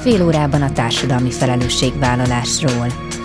Fél órában a társadalmi felelősségvállalásról.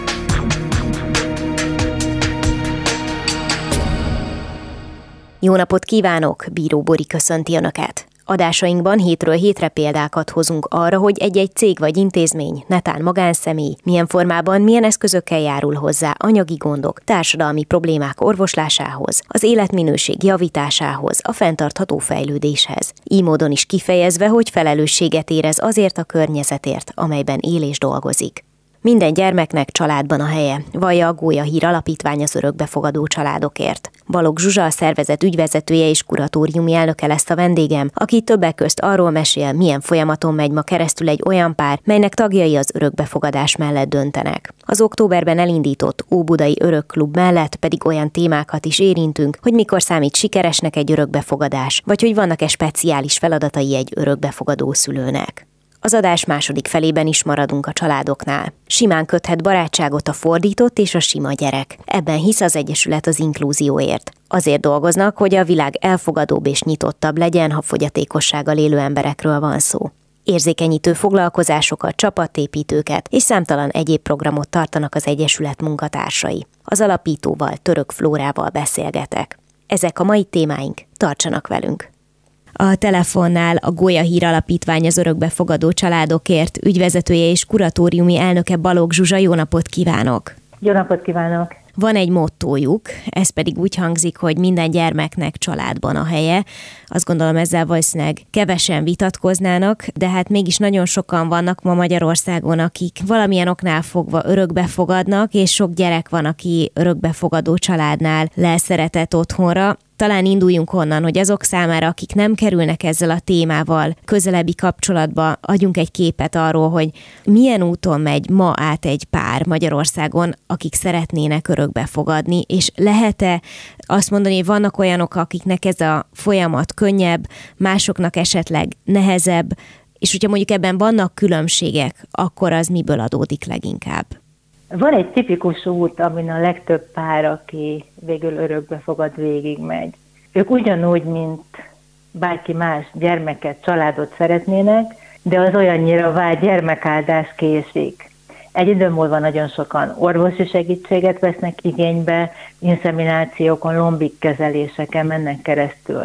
Jó napot kívánok! Bíró Bori köszönti Önöket! Adásainkban hétről hétre példákat hozunk arra, hogy egy-egy cég vagy intézmény, netán magánszemély, milyen formában, milyen eszközökkel járul hozzá anyagi gondok, társadalmi problémák orvoslásához, az életminőség javításához, a fenntartható fejlődéshez. Így módon is kifejezve, hogy felelősséget érez azért a környezetért, amelyben él és dolgozik. Minden gyermeknek családban a helye, vallja a Gólya Hír Alapítvány az örökbefogadó családokért. Balogh Zsuzsa, a szervezet ügyvezetője és kuratóriumi elnöke lesz a vendégem, aki többek közt arról mesél, milyen folyamaton megy ma keresztül egy olyan pár, melynek tagjai az örökbefogadás mellett döntenek. Az októberben elindított Óbudai Örökklub mellett pedig olyan témákat is érintünk, hogy mikor számít sikeresnek egy örökbefogadás, vagy hogy vannak-e speciális feladatai egy örökbefogadó szülőnek. Az adás második felében is maradunk a családoknál. Simán köthet barátságot a fordított és a sima gyerek. Ebben hisz az Egyesület az inklúzióért. Azért dolgoznak, hogy a világ elfogadóbb és nyitottabb legyen, ha fogyatékossággal élő emberekről van szó. Érzékenyítő foglalkozásokat, csapatépítőket és számtalan egyéb programot tartanak az Egyesület munkatársai. Az alapítóval, Török Flórával beszélgetek. Ezek a mai témáink, tartsanak velünk! A telefonnál a Gólya Hír Alapítvány az örökbefogadó családokért ügyvezetője és kuratóriumi elnöke Balogh Zsuzsa. Jó napot kívánok! Jó napot kívánok! Van egy mottójuk, ez pedig úgy hangzik, hogy minden gyermeknek családban a helye. Azt gondolom, ezzel valószínűleg kevesen vitatkoznának, de hát mégis nagyon sokan vannak ma Magyarországon, akik valamilyen oknál fogva örökbefogadnak, és sok gyerek van, aki örökbefogadó családnál lelszeretett otthonra. Talán induljunk onnan, hogy azok számára, akik nem kerülnek ezzel a témával közelebbi kapcsolatba, adjunk egy képet arról, hogy milyen úton megy ma át egy pár Magyarországon, akik szeretnének örökbefogadni, és lehet-e azt mondani, hogy vannak olyanok, akiknek ez a folyamat könnyebb, másoknak esetleg nehezebb, és hogyha mondjuk ebben vannak különbségek, akkor az miből adódik leginkább? Van egy tipikus út, amin a legtöbb pár, aki végül örökbefogad, végigmegy. Ők ugyanúgy, mint bárki más gyermeket, családot szeretnének, de az olyannyira vált gyermekáldás késik. Egy idő múlva nagyon sokan orvosi segítséget vesznek igénybe, inszeminációkon, lombik kezeléseken mennek keresztül.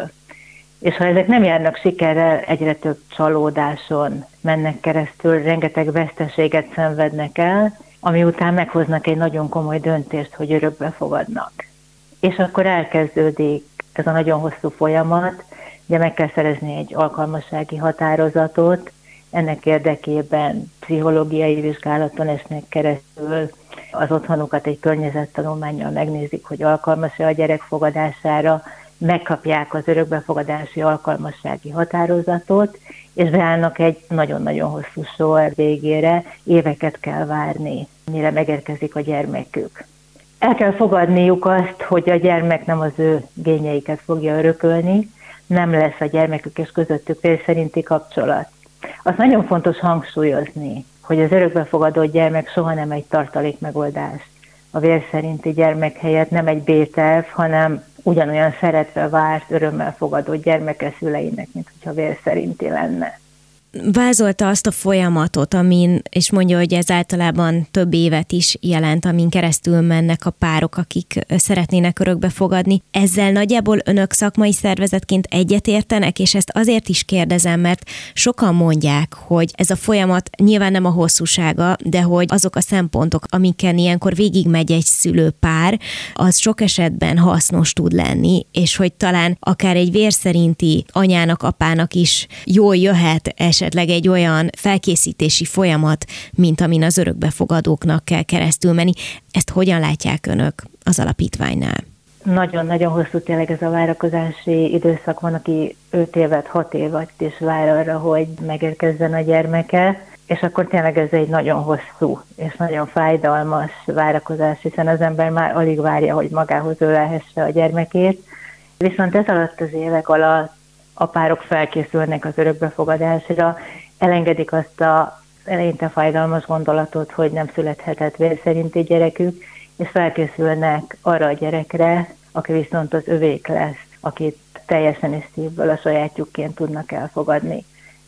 És ha ezek nem járnak sikerrel, egyre több csalódáson mennek keresztül, rengeteg veszteséget szenvednek el, ami után meghoznak egy nagyon komoly döntést, hogy örökbe fogadnak. És akkor elkezdődik ez a nagyon hosszú folyamat, ugye meg kell szerezni egy alkalmassági határozatot, ennek érdekében pszichológiai vizsgálaton esnek keresztül, az otthonukat egy környezettanulmánnyal megnézik, hogy alkalmas-e a gyerek fogadására, megkapják az örökbefogadási alkalmassági határozatot, és beállnak egy nagyon-nagyon hosszú sor végére, éveket kell várni, mire megérkezik a gyermekük. El kell fogadniuk azt, hogy a gyermek nem az ő gényeiket fogja örökölni, nem lesz a gyermekük és közöttük vér szerinti kapcsolat. Az nagyon fontos hangsúlyozni, hogy az örökbefogadott gyermek soha nem egy tartalékmegoldás. A vér szerinti gyermek helyett nem egy B-terv, hanem ugyanolyan szeretve várt, örömmel fogadott gyermeke szüleinek, mint hogyha vér szerinti lenne. Vázolta azt a folyamatot, és mondja, hogy ez általában több évet is jelent, amin keresztül mennek a párok, akik szeretnének örökbefogadni. Ezzel nagyjából önök szakmai szervezetként egyetértenek, és ezt azért is kérdezem, mert sokan mondják, hogy ez a folyamat nyilván nem a hosszúsága, de hogy azok a szempontok, amiken ilyenkor végigmegy egy szülőpár, az sok esetben hasznos tud lenni, és hogy talán akár egy vér szerinti anyának, apának is jól jöhet esetleg egy olyan felkészítési folyamat, mint amin az örökbefogadóknak kell keresztül menni. Ezt hogyan látják önök az alapítványnál? Nagyon-nagyon hosszú tényleg ez a várakozási időszak. Van, aki 5 évet, 6 évet is vár arra, hogy megérkezzen a gyermeke, és akkor tényleg ez egy nagyon hosszú és nagyon fájdalmas várakozás, hiszen az ember már alig várja, hogy magához ölelhesse a gyermekét. Viszont ez alatt az évek alatt a párok felkészülnek az örökbefogadásra, elengedik azt az eleinte fájdalmas gondolatot, hogy nem születhetett vér szerinti gyerekük, és felkészülnek arra a gyerekre, aki viszont az övék lesz, akit teljesen és szívből a sajátjukként tudnak elfogadni.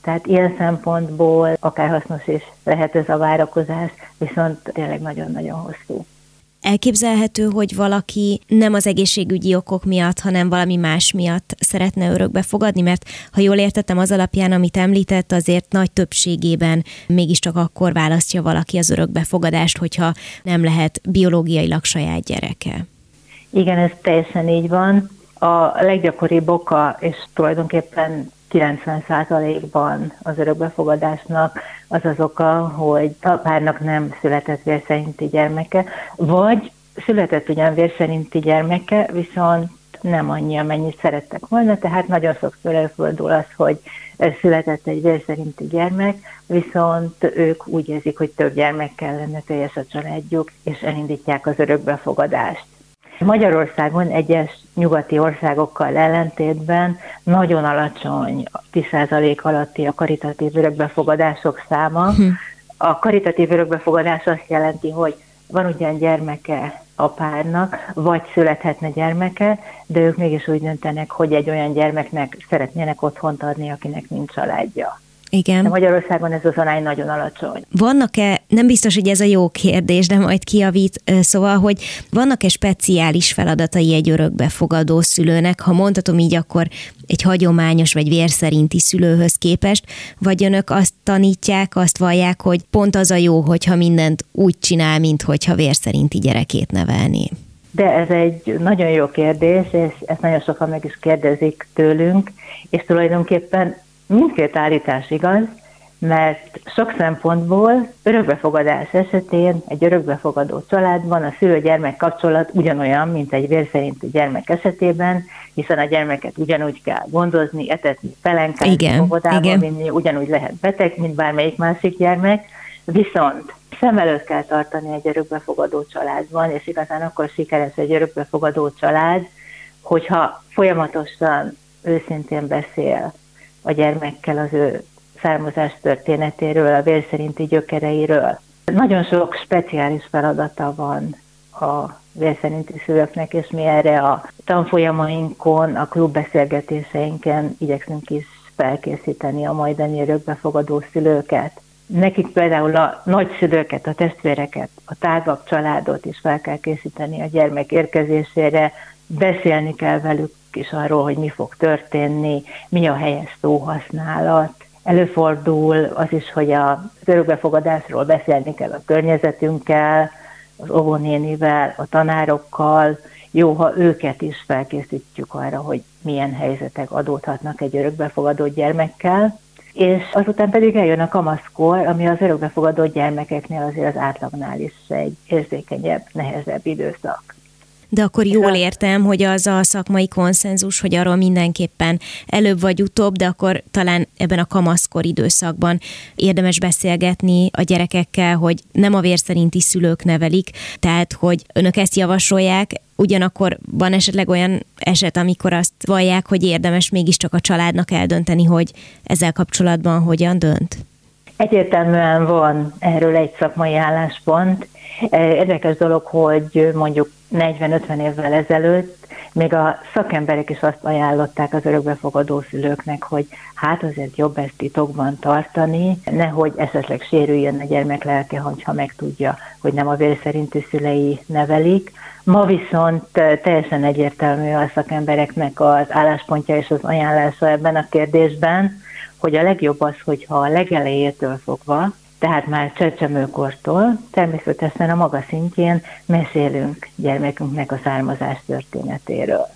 Tehát ilyen szempontból akár hasznos is lehet ez a várakozás, viszont tényleg nagyon-nagyon hosszú. Elképzelhető, hogy valaki nem az egészségügyi okok miatt, hanem valami más miatt szeretne örökbe fogadni, mert ha jól értettem az alapján, amit említett, azért nagy többségében mégiscsak akkor választja valaki az örökbefogadást, hogyha nem lehet biológiailag saját gyereke. Igen, ez teljesen így van. A leggyakoribb oka, és tulajdonképpen 90%-ban az örökbefogadásnak az az oka, hogy a párnak nem született vérszerinti gyermeke, vagy született ugyan vérszerinti gyermeke, viszont nem annyi, amennyit szerettek volna, tehát nagyon sokszor előfordul az, hogy született egy vérszerinti gyermek, viszont ők úgy érzik, hogy több gyermekkel lenne teljes a családjuk, és elindítják az örökbefogadást. Magyarországon egyes nyugati országokkal ellentétben nagyon alacsony, 10% alatti a karitatív örökbefogadások száma. A karitatív örökbefogadás azt jelenti, hogy van ugyan gyermeke a párnak, vagy születhetne gyermeke, de ők mégis úgy döntenek, hogy egy olyan gyermeknek szeretnének otthont adni, akinek nincs családja. Igen. De Magyarországon ez az arány nagyon alacsony. Vannak-e, nem biztos, hogy ez a jó kérdés, de majd kijavít, szóval, hogy vannak-e speciális feladatai egy örökbefogadó szülőnek, ha mondhatom így, akkor egy hagyományos vagy vérszerinti szülőhöz képest, vagy önök azt tanítják, azt vallják, hogy pont az a jó, hogyha mindent úgy csinál, mint hogyha vérszerinti gyerekét nevelné? De ez egy nagyon jó kérdés, és ezt nagyon sokan meg is kérdezik tőlünk, és tulajdonképpen mindkét állítás igaz, mert sok szempontból örökbefogadás esetén egy örökbefogadó családban a szülő-gyermek kapcsolat ugyanolyan, mint egy vérszerinti gyermek esetében, hiszen a gyermeket ugyanúgy kell gondozni, etetni, pelenkázni, óvodába vinni, ugyanúgy lehet beteg, mint bármelyik másik gyermek, viszont szem előtt kell tartani egy örökbefogadó családban, és igazán akkor sikeres egy örökbefogadó család, hogyha folyamatosan őszintén beszél a gyermekkel az ő származás történetéről, a vérszerinti gyökereiről. Nagyon sok speciális feladata van a vérszerinti szülőknek, és mi erre a tanfolyamainkon, a klubbeszélgetéseinken igyekszünk is felkészíteni a majdani örökbefogadó szülőket. Nekik például a nagyszülőket, a testvéreket, a tágabb családot is fel kell készíteni a gyermek érkezésére, beszélni kell velük is arról, hogy mi fog történni, mi a helyes szóhasználat. Előfordul az is, hogy az örökbefogadásról beszélni kell a környezetünkkel, az óvónénivel, a tanárokkal. Jó, ha őket is felkészítjük arra, hogy milyen helyzetek adódhatnak egy örökbefogadott gyermekkel. És azután pedig eljön a kamaszkor, ami az örökbefogadott gyermekeknél azért az átlagnál is egy érzékenyebb, nehezebb időszak. De akkor jól értem, hogy az a szakmai konszenzus, hogy arról mindenképpen előbb vagy utóbb, de akkor talán ebben a kamaszkor időszakban érdemes beszélgetni a gyerekekkel, hogy nem a vérszerinti szülők nevelik, tehát hogy önök ezt javasolják, ugyanakkor van esetleg olyan eset, amikor azt vallják, hogy érdemes mégiscsak a családnak eldönteni, hogy ezzel kapcsolatban hogyan dönt? Egyértelműen van erről egy szakmai álláspont. Érdekes dolog, hogy mondjuk 40-50 évvel ezelőtt még a szakemberek is azt ajánlották az örökbefogadó szülőknek, hogy hát azért jobb ezt titokban tartani, nehogy esetleg sérüljön a gyermek lelke, ha megtudja, hogy nem a vérszerinti szülei nevelik. Ma viszont teljesen egyértelmű a szakembereknek az álláspontja és az ajánlása ebben a kérdésben, hogy a legjobb az, hogyha a legelejétől fogva, tehát már csecsemőkortól természetesen a maga szintjén mesélünk gyermekünknek a származás történetéről.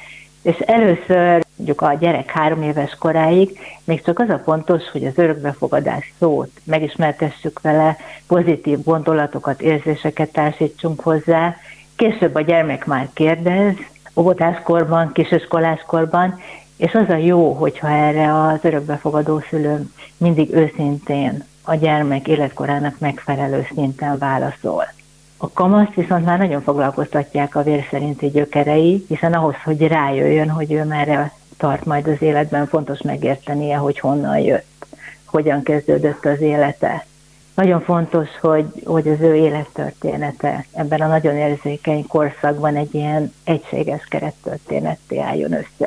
És először mondjuk a gyerek 3 éves koráig még csak az a fontos, hogy az örökbefogadás szót megismertessük vele, pozitív gondolatokat, érzéseket társítsunk hozzá. Később a gyermek már kérdez, óvodáskorban, kisiskoláskorban, és az a jó, hogyha erre az örökbefogadó szülő mindig őszintén a gyermek életkorának megfelelő szinten válaszol. A kamaszt viszont már nagyon foglalkoztatják a vérszerinti gyökerei, hiszen ahhoz, hogy rájöjjön, hogy ő merre tart majd az életben, fontos megértenie, hogy honnan jött, hogyan kezdődött az élete. Nagyon fontos, hogy az ő élettörténete ebben a nagyon érzékeny korszakban egy ilyen egységes kerettörténetté álljon össze.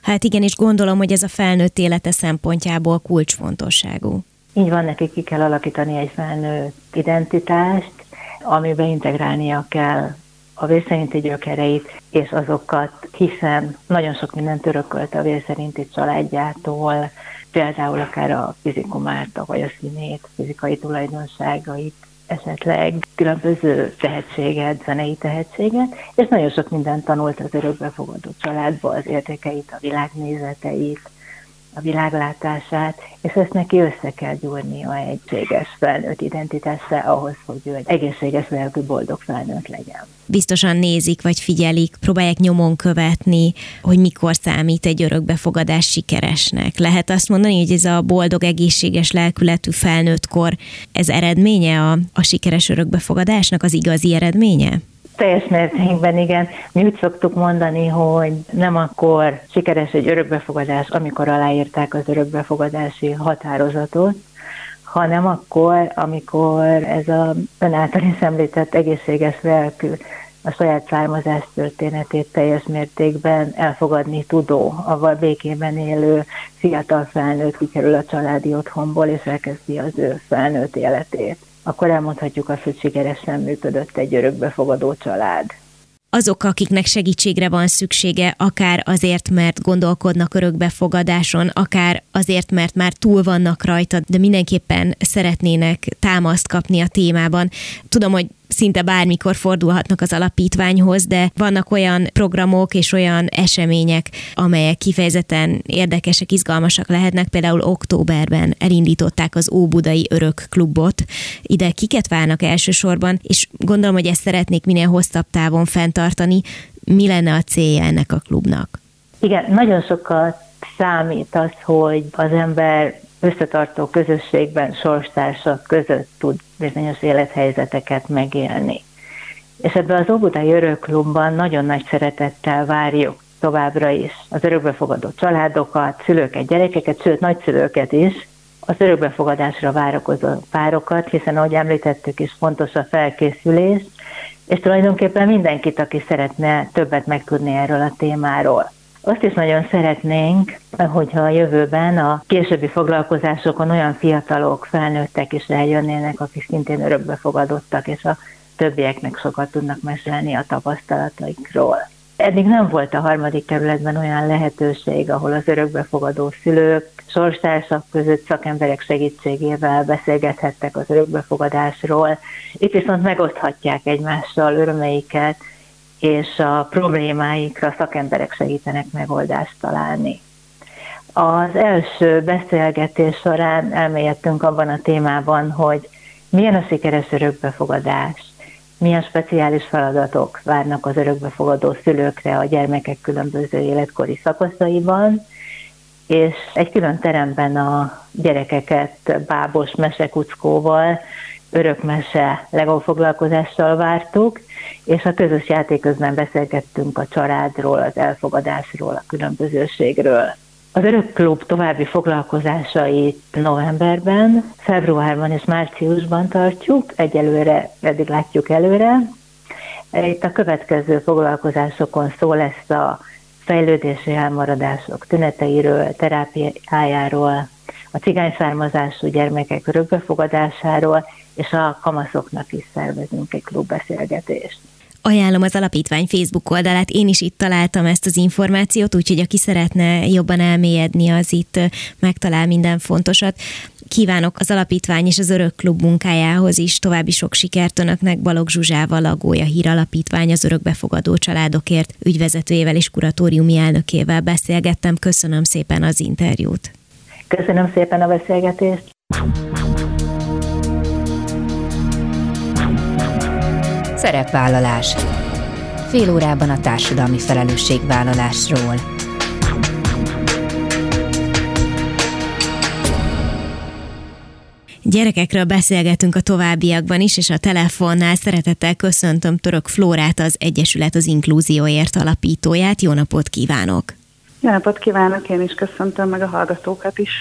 Hát igen, és gondolom, hogy ez a felnőtt élete szempontjából kulcsfontosságú. Így van, neki ki kell alakítani egy felnőtt identitást, amiben integrálnia kell a vérszerinti gyökereit és azokat, hiszen nagyon sok mindent örökölt a vérszerinti családjától, például akár a fizikumát, vagy a színét, fizikai tulajdonságait, esetleg különböző tehetséget, zenei tehetséget, és nagyon sok mindent tanult az örökbefogadó családba, az értékeit, a világnézeteit, a világlátását, és ezt neki össze kell gyúrnia egy egységes felnőtt identitással ahhoz, hogy ő egy egészséges lelkű boldog felnőtt legyen. Biztosan nézik, vagy figyelik, próbálják nyomon követni, hogy mikor számít egy örökbefogadás sikeresnek. Lehet azt mondani, hogy ez a boldog, egészséges lelkületű felnőttkor, ez eredménye a sikeres örökbefogadásnak, az igazi eredménye? Teljes mértékben igen. Mi úgy szoktuk mondani, hogy nem akkor sikeres egy örökbefogadás, amikor aláírták az örökbefogadási határozatot, hanem akkor, amikor ez a ön által is említett egészséges lelkű a saját származás történetét teljes mértékben elfogadni tudó, avval békében élő fiatal felnőtt kikerül a családi otthonból, és elkezdi az ő felnőtt életét. Akkor elmondhatjuk azt, hogy sikeresen működött egy örökbefogadó család. Azok, akiknek segítségre van szüksége, akár azért, mert gondolkodnak örökbefogadáson, akár azért, mert már túl vannak rajta, de mindenképpen szeretnének támaszt kapni a témában. Tudom, hogy szinte bármikor fordulhatnak az alapítványhoz, de vannak olyan programok és olyan események, amelyek kifejezetten érdekesek, izgalmasak lehetnek. Például októberben elindították az Óbudai Örökklubot. Ide kiket várnak elsősorban, és gondolom, hogy ezt szeretnék minél hosszabb távon fenntartani. Mi lenne a célja ennek a klubnak? Igen, nagyon sokat számít az, hogy az ember összetartó közösségben, sorstársak között tud bizonyos élethelyzeteket megélni. És ebben az Óbudai Örökklubban nagyon nagy szeretettel várjuk továbbra is az örökbefogadó családokat, szülőket, gyerekeket, sőt nagyszülőket is, az örökbefogadásra várakozó párokat, hiszen ahogy említettük is, fontos a felkészülés, és tulajdonképpen mindenkit, aki szeretne többet megtudni erről a témáról. Azt is nagyon szeretnénk, hogyha a jövőben a későbbi foglalkozásokon olyan fiatalok, felnőttek is eljönnének, akik szintén örökbefogadottak, és a többieknek sokat tudnak mesélni a tapasztalataikról. Eddig nem volt a harmadik kerületben olyan lehetőség, ahol az örökbefogadó szülők, sorstársak között szakemberek segítségével beszélgethettek az örökbefogadásról. Itt viszont megoszthatják egymással örömeiket, és a problémáikra szakemberek segítenek megoldást találni. Az első beszélgetés során elmélyedtünk abban a témában, hogy milyen a sikeres örökbefogadás, milyen speciális feladatok várnak az örökbefogadó szülőkre a gyermekek különböző életkori szakaszaiban, és egy külön teremben a gyerekeket bábos mesekuckóval, örökmese Lego foglalkozással vártuk, és a közös játék közben beszélgettünk a családról, az elfogadásról, a különbözőségről. Az Örökklub további foglalkozásait novemberben, februárban és márciusban tartjuk, egyelőre eddig látjuk előre. Itt a következő foglalkozásokon szó lesz a fejlődési elmaradások tüneteiről, terápiájáról, a cigány származású gyermekek örökbefogadásáról, és a kamaszoknak is szervezünk egy klubbeszélgetést. Ajánlom az alapítvány Facebook oldalát, én is itt találtam ezt az információt, úgyhogy aki szeretne jobban elmélyedni, az itt megtalál minden fontosat. Kívánok az alapítvány és az Örökklub munkájához is további sok sikert önöknek. Balogh Zsuzsával, a Gólya Hír Alapítvány az örökbefogadó családokért ügyvezetőjével és kuratóriumi elnökével beszélgettem. Köszönöm szépen az interjút. Köszönöm szépen a beszélgetést. Szerepvállalás. Fél órában a társadalmi felelősségvállalásról. Gyerekekről beszélgetünk a továbbiakban is, és a telefonnál szeretettel köszöntöm Török Flórát, az Egyesület az Inklúzióért alapítóját. Jó napot kívánok! Jó napot kívánok, én is köszöntöm meg a hallgatókat is.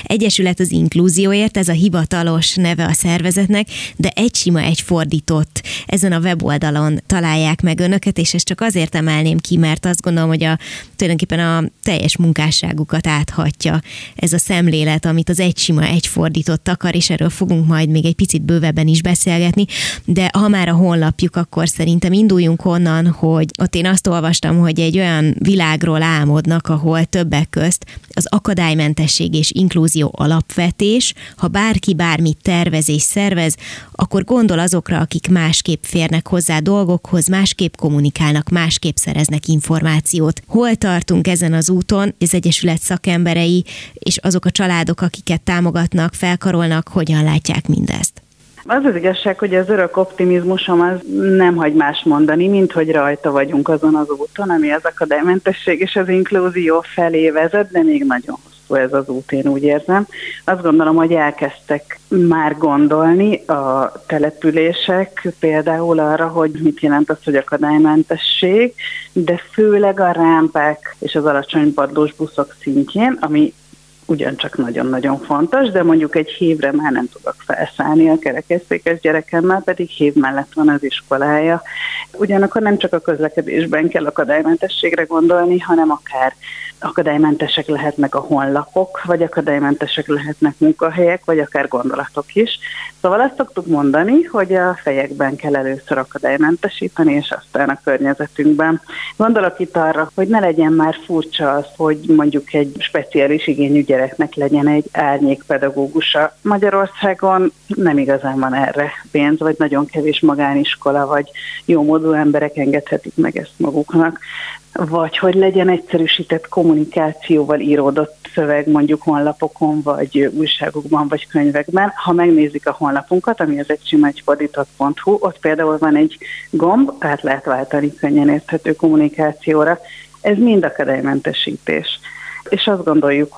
Egyesület az Inkluzióért, ez a hivatalos neve a szervezetnek, de egy sima, egy fordított. Ezen a weboldalon találják meg önöket, és ezt csak azért emelném ki, mert azt gondolom, hogy tulajdonképpen a teljes munkásságukat áthatja ez a szemlélet, amit az egy sima, egy fordított akar, és erről fogunk majd még egy picit bővebben is beszélgetni, de ha már a honlapjuk, akkor szerintem induljunk onnan, hogy ott én azt olvastam, hogy egy olyan világról álmodnak, ahol többek közt az akadálymentesség és inklúzió alapvetés, ha bárki bármit tervez és szervez, akkor gondol azokra, akik másképp férnek hozzá dolgokhoz, másképp kommunikálnak, másképp szereznek információt. Hol tartunk ezen az úton, az Egyesület szakemberei és azok a családok, akiket támogatnak, felkarolnak, hogyan látják mindezt? Az igazság, hogy az örök optimizmusom az nem hagy más mondani, mint hogy rajta vagyunk azon az úton, ami az akadálymentesség és az inklúzió felé vezet, de még nagyon hosszú ez az út, én úgy érzem. Azt gondolom, hogy elkezdtek már gondolni a települések például arra, hogy mit jelent az, hogy akadálymentesség, de főleg a rámpák és az alacsony padlós buszok szintjén, ami ugyancsak nagyon-nagyon fontos, de mondjuk egy hívre már nem tudok felszállni a kerekesszékes gyerekemmel, pedig hív mellett van az iskolája. Ugyanakkor nem csak a közlekedésben kell akadálymentességre gondolni, hanem akár akadálymentesek lehetnek a honlapok, vagy akadálymentesek lehetnek munkahelyek, vagy akár gondolatok is. Szóval azt szoktuk mondani, hogy a fejekben kell először akadálymentesíteni, és aztán a környezetünkben. Gondolok itt arra, hogy ne legyen már furcsa az, hogy mondjuk egy speciális igényű gyereknek legyen egy árnyékpedagógusa. Magyarországon nem igazán van erre pénz, vagy nagyon kevés magániskola, vagy jómódú emberek engedhetik meg ezt maguknak. Vagy hogy legyen egyszerűsített kommunikációval íródott szöveg mondjuk honlapokon, vagy újságokban, vagy könyvekben. Ha megnézik a honlapunkat, ami az egysima-egyfordított.hu, ott például van egy gomb, át lehet váltani könnyen érthető kommunikációra. Ez mind akadálymentesítés. És azt gondoljuk,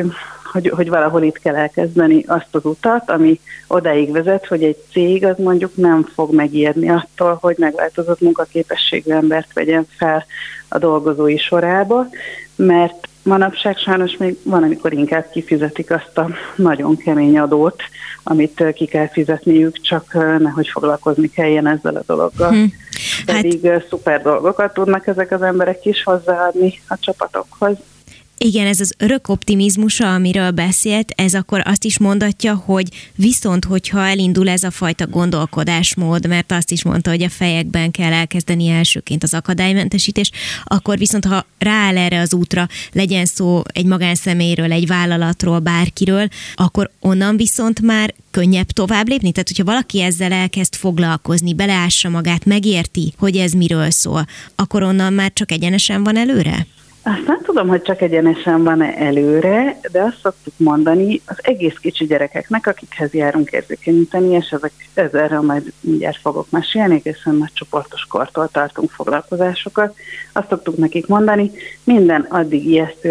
hogy valahol itt kell elkezdeni azt az utat, ami odáig vezet, hogy egy cég az mondjuk nem fog megijedni attól, hogy megváltozott munkaképességű embert vegyen fel a dolgozói sorába, mert manapság sajnos még van, amikor inkább kifizetik azt a nagyon kemény adót, amit ki kell fizetniük, csak nehogy foglalkozni kelljen ezzel a dologgal. Pedig szuper dolgokat tudnak ezek az emberek is hozzáadni a csapatokhoz. Igen, ez az örök optimizmusa, amiről beszélt, ez akkor azt is mondatja, hogy viszont, hogyha elindul ez a fajta gondolkodásmód, mert azt is mondta, hogy a fejekben kell elkezdeni elsőként az akadálymentesítés, akkor viszont, ha rááll erre az útra, legyen szó egy magánszemélyről, egy vállalatról, bárkiről, akkor onnan viszont már könnyebb tovább lépni? Tehát, hogyha valaki ezzel elkezd foglalkozni, beleássa magát, megérti, hogy ez miről szól, akkor onnan már csak egyenesen van előre? Azt nem tudom, hogy csak egyenesen van-e előre, de azt szoktuk mondani az egész kicsi gyerekeknek, akikhez járunk érzékenyíteni, és ezerről majd mindjárt fogok mesélni, egészen nagy csoportos kortól tartunk foglalkozásokat. Azt szoktuk nekik mondani, minden addig ijesztő,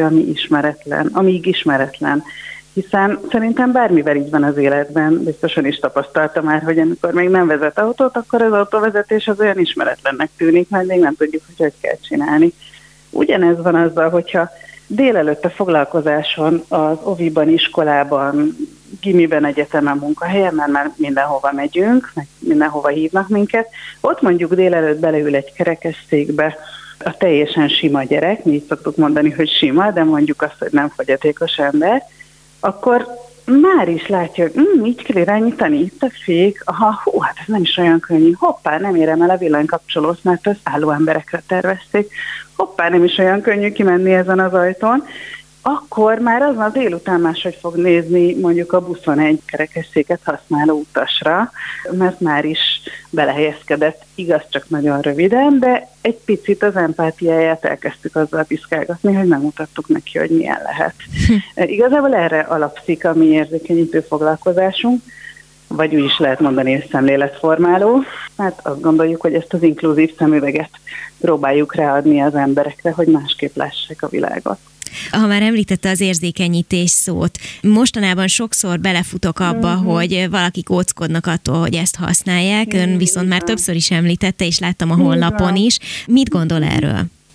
amíg ismeretlen. Hiszen szerintem bármivel így van az életben, biztosan is tapasztalta már, hogy amikor még nem vezet autót, akkor az autóvezetés az olyan ismeretlennek tűnik, mert még nem tudjuk, hogy kell csinálni. Ugyanez van azzal, hogyha délelőtt a foglalkozáson, az oviban, iskolában, gimiben, egyetemen, munkahelyen, mert már mindenhova megyünk, meg mindenhova hívnak minket, ott mondjuk délelőtt beleül egy kerekesszékbe a teljesen sima gyerek, mi így szoktuk mondani, hogy sima, de mondjuk azt, hogy nem fogyatékos ember, akkor már is látja, hogy így kell irányítani, itt a fék, hát ez nem is olyan könnyű, hoppá, nem érem el a villanykapcsolót, mert az álló emberekre tervezték, hoppá, nem is olyan könnyű kimenni ezen az ajtón, akkor már az a délután máshogy fog nézni mondjuk a buszon egy kerekesszéket használó utasra, mert már is belehelyezkedett, igaz, csak nagyon röviden, de egy picit az empátiáját elkezdtük azzal piszkálgatni, hogy megmutattuk neki, hogy milyen lehet. Igazából erre alapszik a mi érzékenyítő foglalkozásunk, vagy úgy is lehet mondani, hogy szemléletformáló. Hát azt gondoljuk, hogy ezt az inkluzív szemüveget próbáljuk ráadni az emberekre, hogy másképp lássák a világot. Ha már említette az érzékenyítés szót, mostanában sokszor belefutok abba, hogy valakik óckodnak attól, hogy ezt használják, ön viszont már többször is említette, és láttam a honlapon is. Mit gondol erről?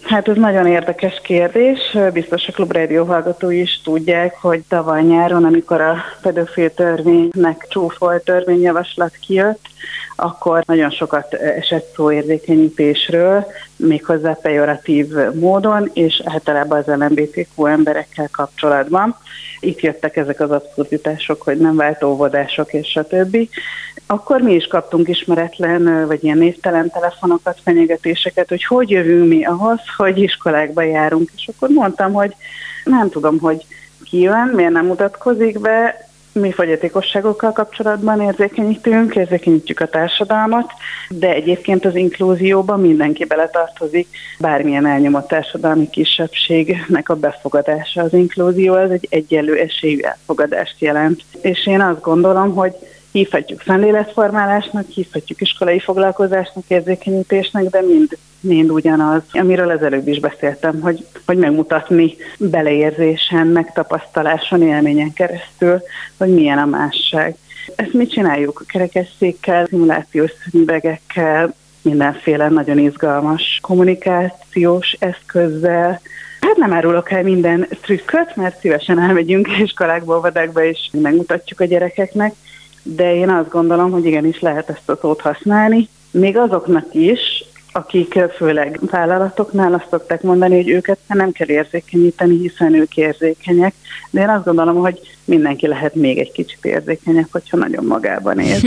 Hát ez nagyon érdekes kérdés. Biztos a Klubrádió hallgatói is tudják, hogy tavaly nyáron, amikor a pedofil törvénynek csúfolt törvényjavaslat kijött, akkor nagyon sokat esett szó érzékenyítésről, méghozzá pejoratív módon, és általában az LMBTQ emberekkel kapcsolatban. Itt jöttek ezek az abszurditások, hogy nem váltó óvodások és stb. Akkor mi is kaptunk ismeretlen, vagy ilyen névtelen telefonokat, fenyegetéseket, hogy jövünk mi ahhoz, hogy iskolákba járunk. És akkor mondtam, hogy nem tudom, hogy ki jön, miért nem mutatkozik be, mi fogyatékosságokkal kapcsolatban érzékenyítjük a társadalmat, de egyébként az inklúzióban mindenki beletartozik, bármilyen elnyomott társadalmi kisebbségnek a befogadása. Az inklúzió az egy egyenlő esélyű elfogadást jelent. És én azt gondolom, hogy hívhatjuk szemléletformálásnak, hívhatjuk iskolai foglalkozásnak, érzékenyítésnek, de mind ugyanaz. Amiről az előbb is beszéltem, hogy megmutatni beleérzésen, megtapasztaláson, élményen keresztül, hogy milyen a másság. Ezt mit csináljuk? Kerekesszékkel, szimulációs szövegekkel, mindenféle nagyon izgalmas kommunikációs eszközzel. Hát nem árulok el minden trükköt, mert szívesen elmegyünk iskolákba, óvodákba, és megmutatjuk a gyerekeknek, de én azt gondolom, hogy igenis lehet ezt a szót használni. Még azoknak is, akik főleg vállalatoknál azt szokták mondani, hogy őket nem kell érzékenyíteni, hiszen ők érzékenyek, de én azt gondolom, hogy mindenki lehet még egy kicsit érzékenyek, hogyha nagyon magában él.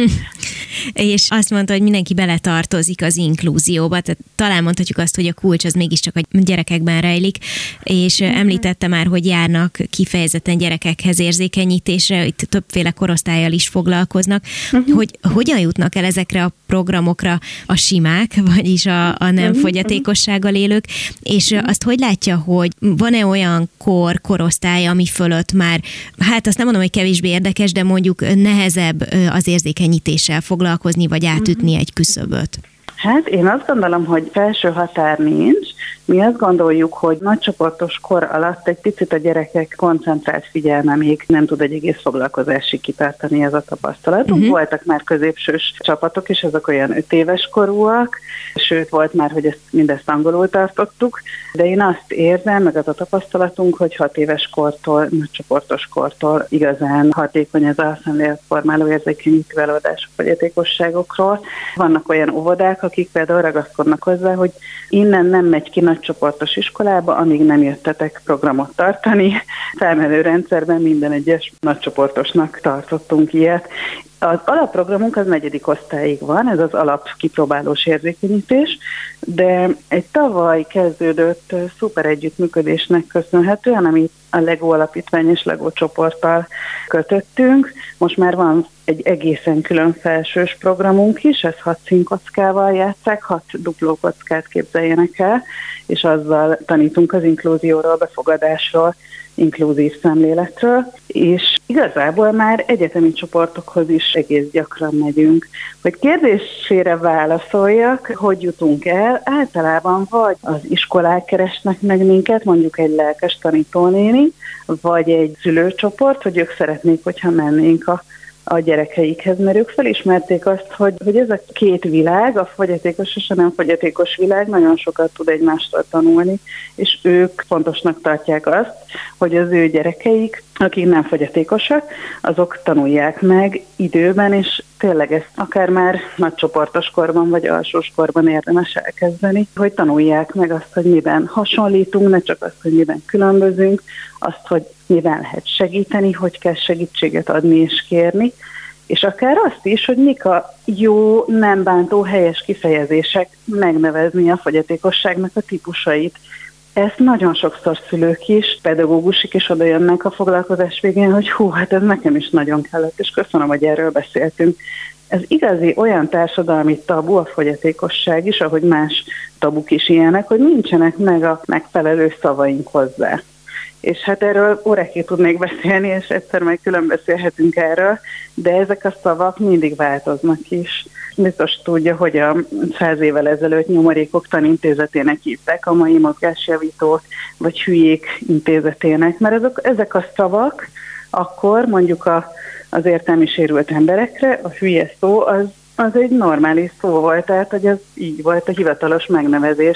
És azt mondta, hogy mindenki beletartozik az inklúzióba, tehát talán mondhatjuk azt, hogy a kulcs az mégiscsak a gyerekekben rejlik, és említette már, hogy járnak kifejezetten gyerekekhez érzékenyítésre, itt többféle korosztállyal is foglalkoznak, hogy hogyan jutnak el ezekre a programokra a simák, vagyis a nem fogyatékossággal élők, és azt hogy látja, hogy van-e olyan korosztály, ami fölött már, hát azt nem mondom, hogy kevésbé érdekes, de mondjuk nehezebb az érzékenyítéssel foglalkozni, vagy átütni egy küszöböt? Hát én azt gondolom, hogy felső határ nincs. Mi azt gondoljuk, hogy nagycsoportos kor alatt egy picit a gyerekek koncentrált figyelme még nem tud egy egész foglalkozásig kitartani ez a tapasztalatunk. Voltak már középsős csapatok is, ezek olyan 5 éves korúak, sőt volt már, hogy mindezt angolul tartottuk, de én azt érzem, meg az a tapasztalatunk, hogy 6 éves kortól, nagycsoportos kortól igazán hatékony ez a szemléletformáló érzékenyítő előadás a fogyatékosságokról. Vannak olyan óvodák, akik például ragaszkodnak hozzá, hogy innen nem megy ki nagycsoportos iskolába, amíg nem jöttetek programot tartani. Felmenő rendszerben minden egyes nagycsoportosnak tartottunk ilyet. Az alapprogramunk az 4. osztályig van, ez az alapkipróbálós érzékenyítés, de egy tavaly kezdődött szuper együttműködésnek köszönhetően, amit a LEGO alapítvány és LEGO csoporttal kötöttünk. Most már van egy egészen külön felsős programunk is, ez 6 színkockával játsszák, 6 dupló kockát képzeljenek el, és azzal tanítunk az inklúzióról, befogadásról, inkluzív szemléletről, és igazából már egyetemi csoportokhoz is egész gyakran megyünk. Hogy kérdésére válaszoljak, hogy jutunk el, általában vagy az iskolák keresnek meg minket, mondjuk egy lelkes tanítónéni, vagy egy szülőcsoport, hogy ők szeretnék, hogyha mennénk a gyerekeikhez, mert ők felismerték azt, hogy ez a két világ, a fogyatékos és a nem fogyatékos világ nagyon sokat tud egymástól tanulni, és ők fontosnak tartják azt, hogy az ő gyerekeik, akik nem fogyatékosak, azok tanulják meg időben, és tényleg ezt akár már nagycsoportos korban vagy alsós korban érdemes elkezdeni, hogy tanulják meg azt, hogy miben hasonlítunk, ne csak azt, hogy miben különbözünk, azt, hogy miben lehet segíteni, hogy kell segítséget adni és kérni, és akár azt is, hogy mik a jó, nem bántó, helyes kifejezések, megnevezni a fogyatékosságnak a típusait. Ezt nagyon sokszor szülők is, pedagógusik is oda jönnek a foglalkozás végén, hogy hát ez nekem is nagyon kellett, és köszönöm, hogy erről beszéltünk. Ez igazi olyan társadalmi tabu a fogyatékosság is, ahogy más tabuk is ilyenek, hogy nincsenek meg a megfelelő szavaink hozzá. És hát erről órákig tudnék beszélni, és egyszer meg külön beszélhetünk erről, de ezek a szavak mindig változnak is. Biztos tudja, hogy a 100 évvel ezelőtt Nyomorékok Tanintézetének hívták, a mai Mozgásjavítók vagy Hülyék Intézetének, mert ezek a szavak akkor mondjuk az értelmi sérült emberekre a hülye szó az egy normális szó volt, tehát hogy az így volt a hivatalos megnevezés.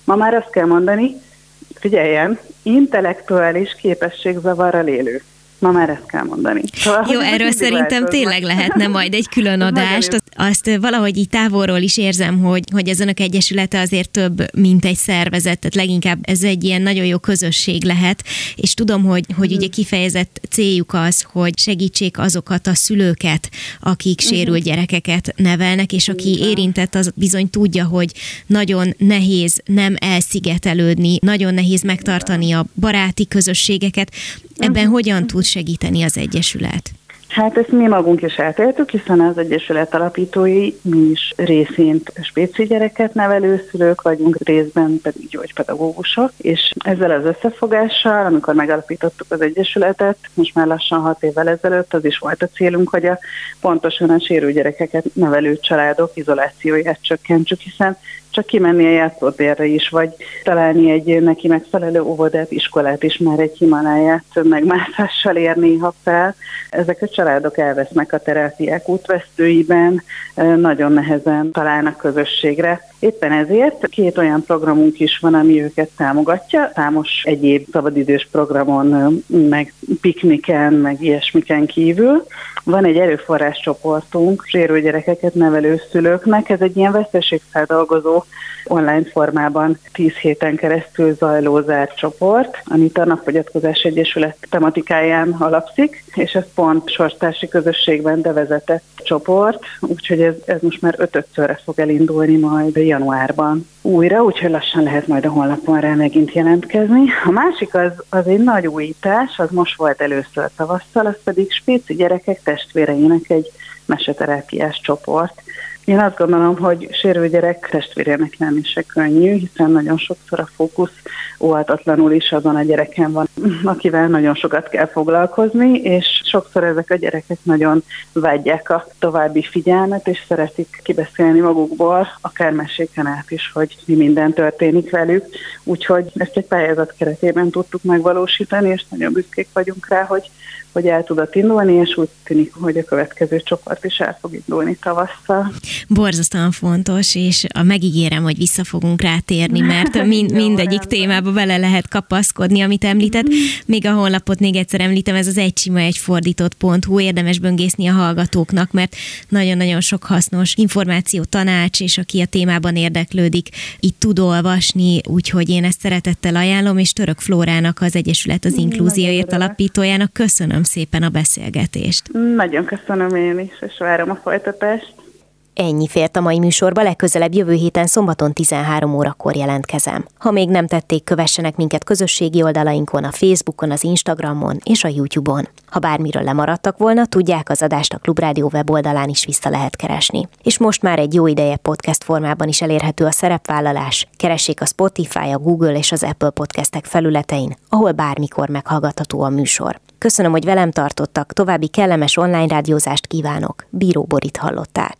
Ma már azt kell mondani, figyeljen, intellektuális képességzavarral élő. Ma már ezt kell mondani. Szóval, jó, erről szerintem tényleg lehetne majd egy külön adást. Azt valahogy így távolról is érzem, hogy az Önök Egyesülete azért több, mint egy szervezet, tehát leginkább ez egy ilyen nagyon jó közösség lehet, és tudom, hogy ugye kifejezett céljuk az, hogy segítsék azokat a szülőket, akik sérült gyerekeket nevelnek, és aki érintett, az bizony tudja, hogy nagyon nehéz nem elszigetelődni, nagyon nehéz megtartani a baráti közösségeket. Ebben hogyan tud segíteni az Egyesület? Hát ezt mi magunk is eltéltük, hiszen az Egyesület alapítói, mi is részint spéci gyereket nevelő szülők vagyunk, részben pedig gyógypedagógusok, és ezzel az összefogással, amikor megalapítottuk az Egyesületet, most már lassan 6 évvel ezelőtt, az is volt a célunk, hogy pontosan a sérült gyerekeket nevelő családok izolációját csökkentsük, hiszen csak kimenni a játszótérre is, vagy találni egy neki megfelelő óvodát, iskolát is már egy Himaláját megmászással érni, ha fel. Ezek a családok elvesznek a terápiák útvesztőiben, nagyon nehezen találnak közösségre. Éppen ezért 2 olyan programunk is van, ami őket támogatja, számos egyéb szabadidős programon, meg pikniken, meg ilyesmiken kívül. Van egy erőforrás csoportunk sérült gyerekeket nevelő szülőknek, ez egy ilyen veszteségfeldolgozó online formában 10 héten keresztül zajló zárt csoport, amit a Napfogyatkozás Egyesület tematikáján alapszik, és ez pont sorstársi közösségben bevezetett csoport, úgyhogy ez most már 5-szörre fog elindulni majd januárban újra, úgyhogy lassan lehet majd a honlapon rá megint jelentkezni. A másik az egy nagy újítás, az most volt először tavasszal, az pedig spéci gyerekek testvéreinek egy meseterápiás csoport. Én azt gondolom, hogy sérült gyerek testvérének lenni se könnyű, hiszen nagyon sokszor a fókusz óhatatlanul is azon a gyereken van, akivel nagyon sokat kell foglalkozni, és sokszor ezek a gyerekek nagyon vágyják a további figyelmet, és szeretik kibeszélni magukból, akár meséken át is, hogy mi minden történik velük. Úgyhogy ezt egy pályázat keretében tudtuk megvalósítani, és nagyon büszkék vagyunk rá, hogy el tudott indulni, és úgy tűnik, hogy a következő csoport is el fog indulni tavasszal. Borzasztóan fontos, és megígérem, hogy vissza fogunk rátérni, mert mindegyik témába bele lehet kapaszkodni, amit említett. Még a honlapot még egyszer említem, ez az egysima-egyfordított.hu, érdemes böngészni a hallgatóknak, mert nagyon-nagyon sok hasznos információ, tanács, és aki a témában érdeklődik, itt tud olvasni, úgyhogy én ezt szeretettel ajánlom, és Török Flórának, az Egyesület az Inkluzióért alapítójának köszönöm szépen a beszélgetést. Nagyon köszönöm én is, és várom a folytatást. Ennyi fért a mai műsorba, legközelebb jövő héten szombaton 13 órakor jelentkezem. Ha még nem tették, kövessenek minket közösségi oldalainkon, a Facebookon, az Instagramon és a YouTube-on. Ha bármiről lemaradtak volna, tudják, az adást a Klubrádió weboldalán is vissza lehet keresni. És most már egy jó ideje podcast formában is elérhető a Szerepvállalás. Keressék a Spotify, a Google és az Apple podcastek felületein, ahol bármikor meghallgatható a műsor. Köszönöm, hogy velem tartottak, további kellemes online rádiózást kívánok. Bíró Borit hallották.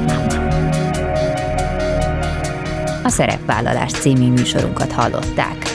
A Szerepvállalás című műsorunkat hallották.